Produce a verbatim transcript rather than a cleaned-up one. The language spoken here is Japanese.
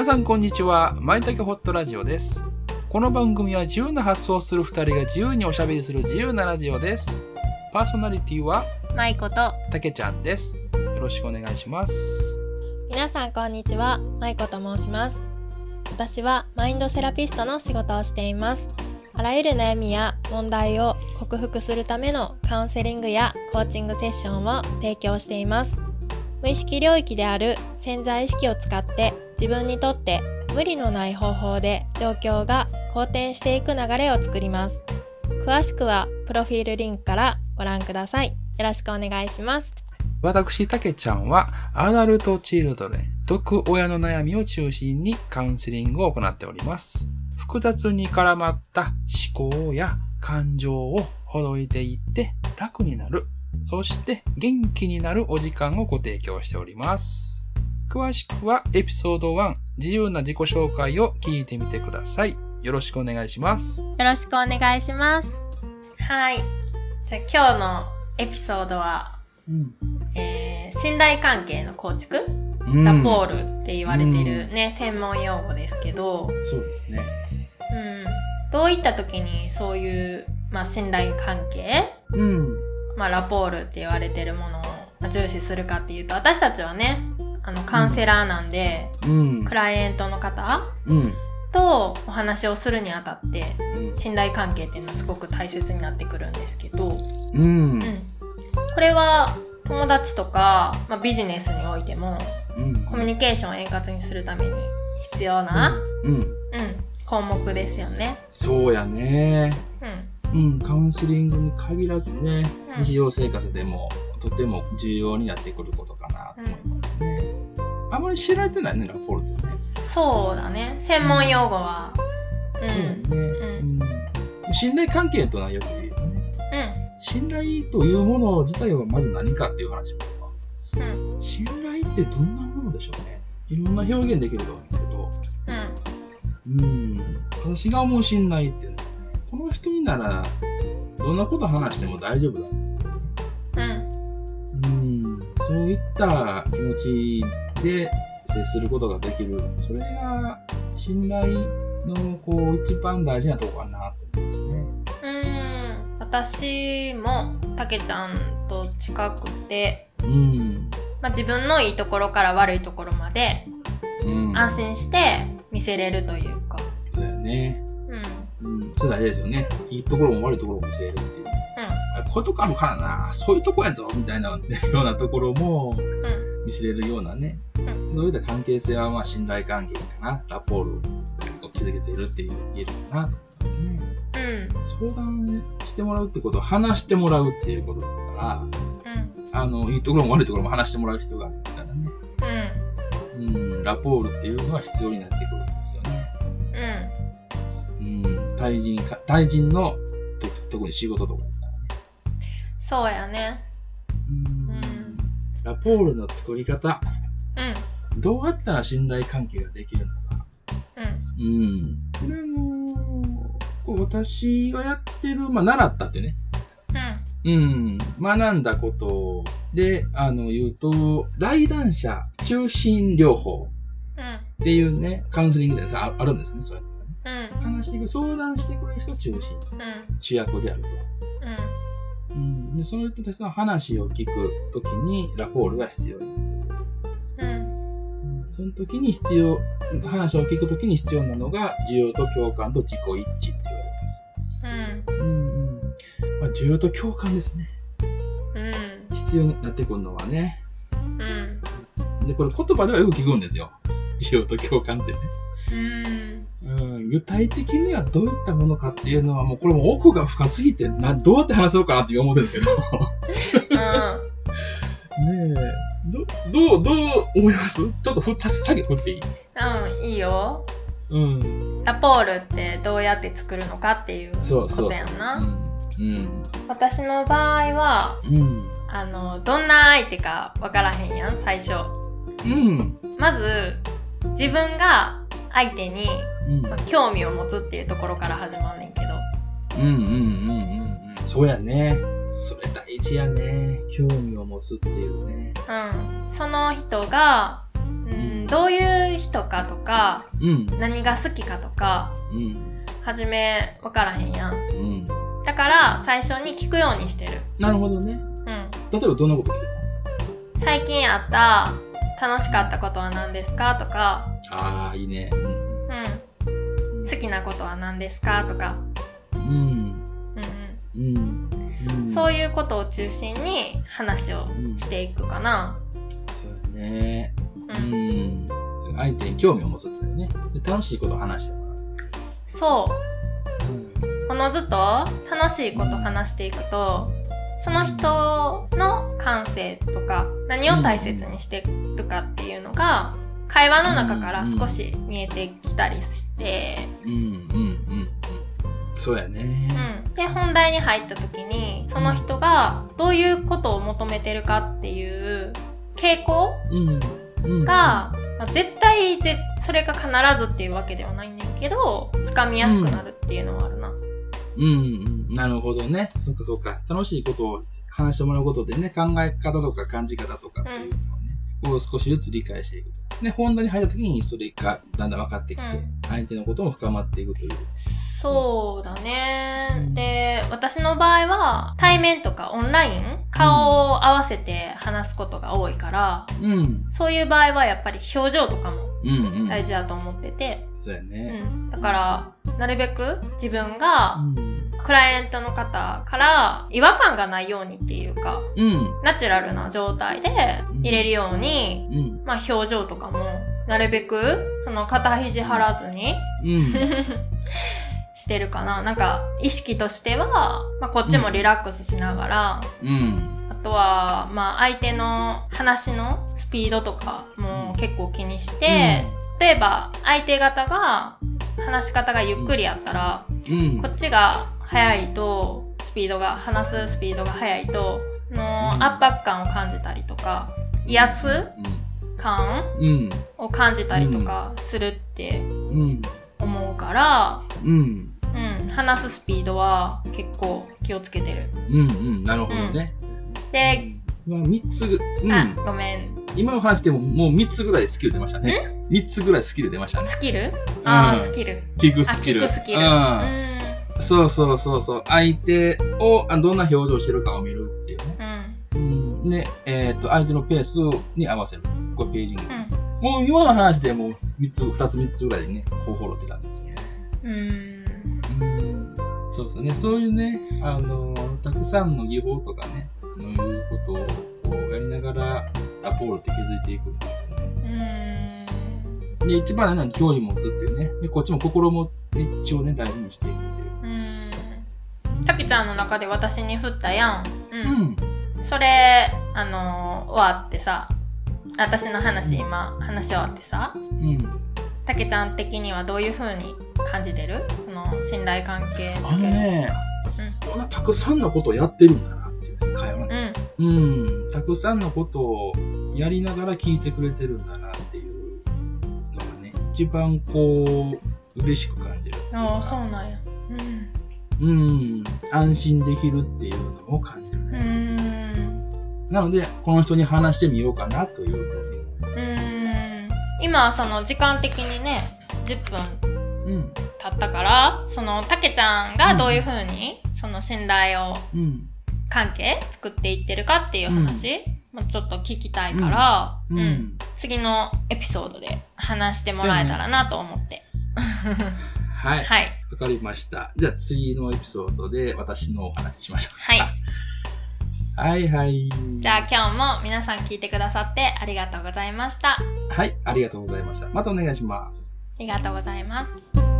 皆さんこんにちは。まいたけホットラジオです。この番組は自由な発想をするふたりが自由におしゃべりする自由なラジオです。パーソナリティはまいことたけちゃんです。よろしくお願いします。 皆さんこんにちは。まいこと申します。私はマインドセラピストの仕事をしています。あらゆる悩みや問題を克服するためのカウンセリングやコーチングセッションを提供しています。無意識領域である潜在意識を使って自分にとって無理のない方法で状況が好転していく流れを作ります。詳しくはプロフィールリンクからご覧ください。よろしくお願いします。 私、たけちゃんはアダルトチルドレン、毒親の悩みを中心にカウンセリングを行っております。複雑に絡まった思考や感情をほどいていって楽になる。そして元気になるお時間をご提供しております。詳しくはエピソードワン、自由な自己紹介を聞いてみてください。よろしくお願いします。 よろしくお願いします。はい。じゃあ今日のエピソードは、うんえー、信頼関係の構築、うん、ラポールって言われてるね、うん、専門用語ですけど、 そうですね。 うん、どういった時にそういう、まあ、信頼関係、うんまあ、ラポールって言われてるものを重視するかっていうと、私たちはねあのカウンセラーなんで、うん、クライアントの方、うん、とお話をするにあたって、うん、信頼関係っていうのはすごく大切になってくるんですけど、うんうん、これは友達とか、まあ、ビジネスにおいても、うん、コミュニケーションを円滑にするために必要な、うんうん、項目ですよね。 そうやね、うんうん、カウンセリングに限らずね、うん、日常生活でもとても重要になってくることかなと思いますね、うん、あまり知られてないね、ラポールってね。 そうだね、専門用語は、 うん、そうね、うんうん、信頼関係とはよく言うよね、うん、信頼というもの自体はまず何かっていう話も、うん、信頼ってどんなものでしょうね。いろんな表現できると思うんですけど、うん、うん私が思う信頼っていうのは、この人にならどんなこと話しても大丈夫だ、うんうん、そういった気持ちで接することができる、それが信頼のこう一番大事なところかなと思いますね。 うん私もたけちゃんと近くて、うんまあ、自分のいいところから悪いところまで、うん、安心して見せれるというか。 そうやね、うんうん、それ大事ですよね。いいところも悪いところも見せれるっていう、うん、こういうとこあるからな、そういうとこやぞみたいなようなところも見せれるようなね、うん、そういった関係性はまあ信頼関係かな、ラポールを築けているって言えるかなと思いますね、うん、相談してもらうってことは話してもらうっていうことですから、うん、あのいいところも悪いところも話してもらう必要がありますからね、うんうん、ラポールっていうのは必要になってくるんですよね。うん、うん、対人か対人のと特に仕事とかだったらね。 そうやね。 うん、うん、ラポールの作り方、うん、どうやったら信頼関係ができるのか。うん、うん、これもこう私がやってる、まあ習ったってね。うん、学んだことで、あの、言うと、来談者中心療法っていうね、カウンセリングでさ、あるんですよね、そういうのがね。うん、話していく、相談してくれる人中心、うん、主役であると。うんうん、でその人たちの話を聞くときに、ラポールが必要になる。うん、その時に必要、話を聞くときに必要なのが、需要と共感と自己一致って言われます。うんうんまあ、需要と共感ですね、うん、必要になってくるのはね、うん、でこれ言葉ではよく聞くんですよ、需要と共感ってね、うんうん、具体的にはどういったものかっていうのはもうこれも奥が深すぎてなどうやって話そうかなって思ってるんですけど、うん、ねえどどうどう思います？ちょっとふたつ下げ振っていい？ うんいいよ。うん、ラポールってどうやって作るのかっていうことやんな。そうそうそう、うんうん、私の場合は、うん、あのどんな相手か分からへんやん最初、うん、まず自分が相手に、うんまあ、興味を持つっていうところから始まんねんけど、 うんうんうんうんうんそうやね、それ大事やね、興味を持つっていうね、 うん、その人がんどういう人かとか、 うん、 何が好きかとか、 うん、 初め分からへんやん、 うん、 だから最初に聞くようにしてる。 なるほどね、うん、例えばどんなこと聞くの？ 最近あった楽しかったことは何ですかとか、 ああいいね、うん、 うん、好きなことは何ですかとか、 うん、うん、 うん、そういうことを中心に話をしていくかな。 うん、そうだね、うん、うん、相手に興味を持つんだよね。で楽しいことを話してもらう。 そう、おのずと楽しいことを話していくと、その人の感性とか何を大切にしてるかっていうのが会話の中から少し見えてきたりして、 うんうんうんうん、そうやね、 うん、で本題に入った時にその人がどういうことを求めてるかっていう傾向が、うんうん、まあ、絶対ぜそれが必ずっていうわけではないんだけどつかみやすくなるっていうのはあるな。 うんうん、なるほどね。そうかそうか。楽しいことを話してもらうことでね、考え方とか感じ方とかっていうのをね、うん、こう少しずつ理解していくと。で、本題に入った時にそれがだんだん分かってきて、うん、相手のことも深まっていくという。 そうだね、うん、で、私の場合は対面とかオンライン、顔を合わせて話すことが多いから、うん、そういう場合はやっぱり表情とかも大事だと思ってて、 うんうん、そうやね、 うん、だからなるべく自分がクライアントの方から違和感がないようにっていうか、うん、ナチュラルな状態で入れるように、うん、まあ表情とかもなるべくその肩肘張らずに、うん、してるかな。なんか意識としては、まあ、こっちもリラックスしながら、うん、あとはまあ相手の話のスピードとかも結構気にして、うん、例えば相手方が話し方がゆっくりやったら、うん、こっちが速いとスピードが話すスピードが速いとの圧迫感を感じたりとか威圧感を感じたりとかするって思うから、うんうん、話すスピードは結構気をつけてる。 うんうん、なるほどね。 うん、で、 まあ、みっつぐ、 うん、あ、ごめん。 今の話でももうみっつぐらいスキル出ましたね。みっつぐらいスキル出ましたね。 スキル？ああ、スキル。 聞くスキル。 聞くスキル。 うん。そうそうそうそう。相手をどんな表情してるかを見るっていうね。うん。うん、で、えっと、相手のペースに合わせる。これページング。うん、もう今の話でもうみっつ、ふたつみっつぐらいでね、方法論ってたんですよね。うん。うん。そうですね。そういうね、あの、たくさんの技法とかね、そういうことをやりながら、ラポールって築いていくんですよね。うん。で、一番何興味持つっていうね。で、こっちも心も一応ね、大事にしていくっていう。 うん。たけちゃんの中で私に振ったやん。うん。うん、それ、あのー、終わってさ、私の話今、話終わってさ、うん。たけちゃん的にはどういう風に感じてる？その、信頼関係つける。あのね、うん、こんなたくさんのことをやってるんだなっていうね、会話ね。うん。うん。たくさんのことをやりながら聞いてくれてるんだなっていうのがね、一番こう、嬉しく感じる。 ああ、そうなんや。 うん。うん。安心できるっていうのを感じるね。うん。なので、この人に話してみようかなというふうに。 うん。今はその時間的にね、じゅっぷん経ったから、うん、その、たけちゃんがどういうふうに、うん、その信頼を、うん関係作っていってるかっていう話、うん、もうちょっと聞きたいから、うんうん、次のエピソードで話してもらえたらなと思って。 はい。はい。わかりました。じゃあ次のエピソードで私のお話ししましょう。 はい。 はいはい。 じゃあ今日も皆さん聞いてくださってありがとうございました。 はい、ありがとうございました。またお願いします。 ありがとうございます。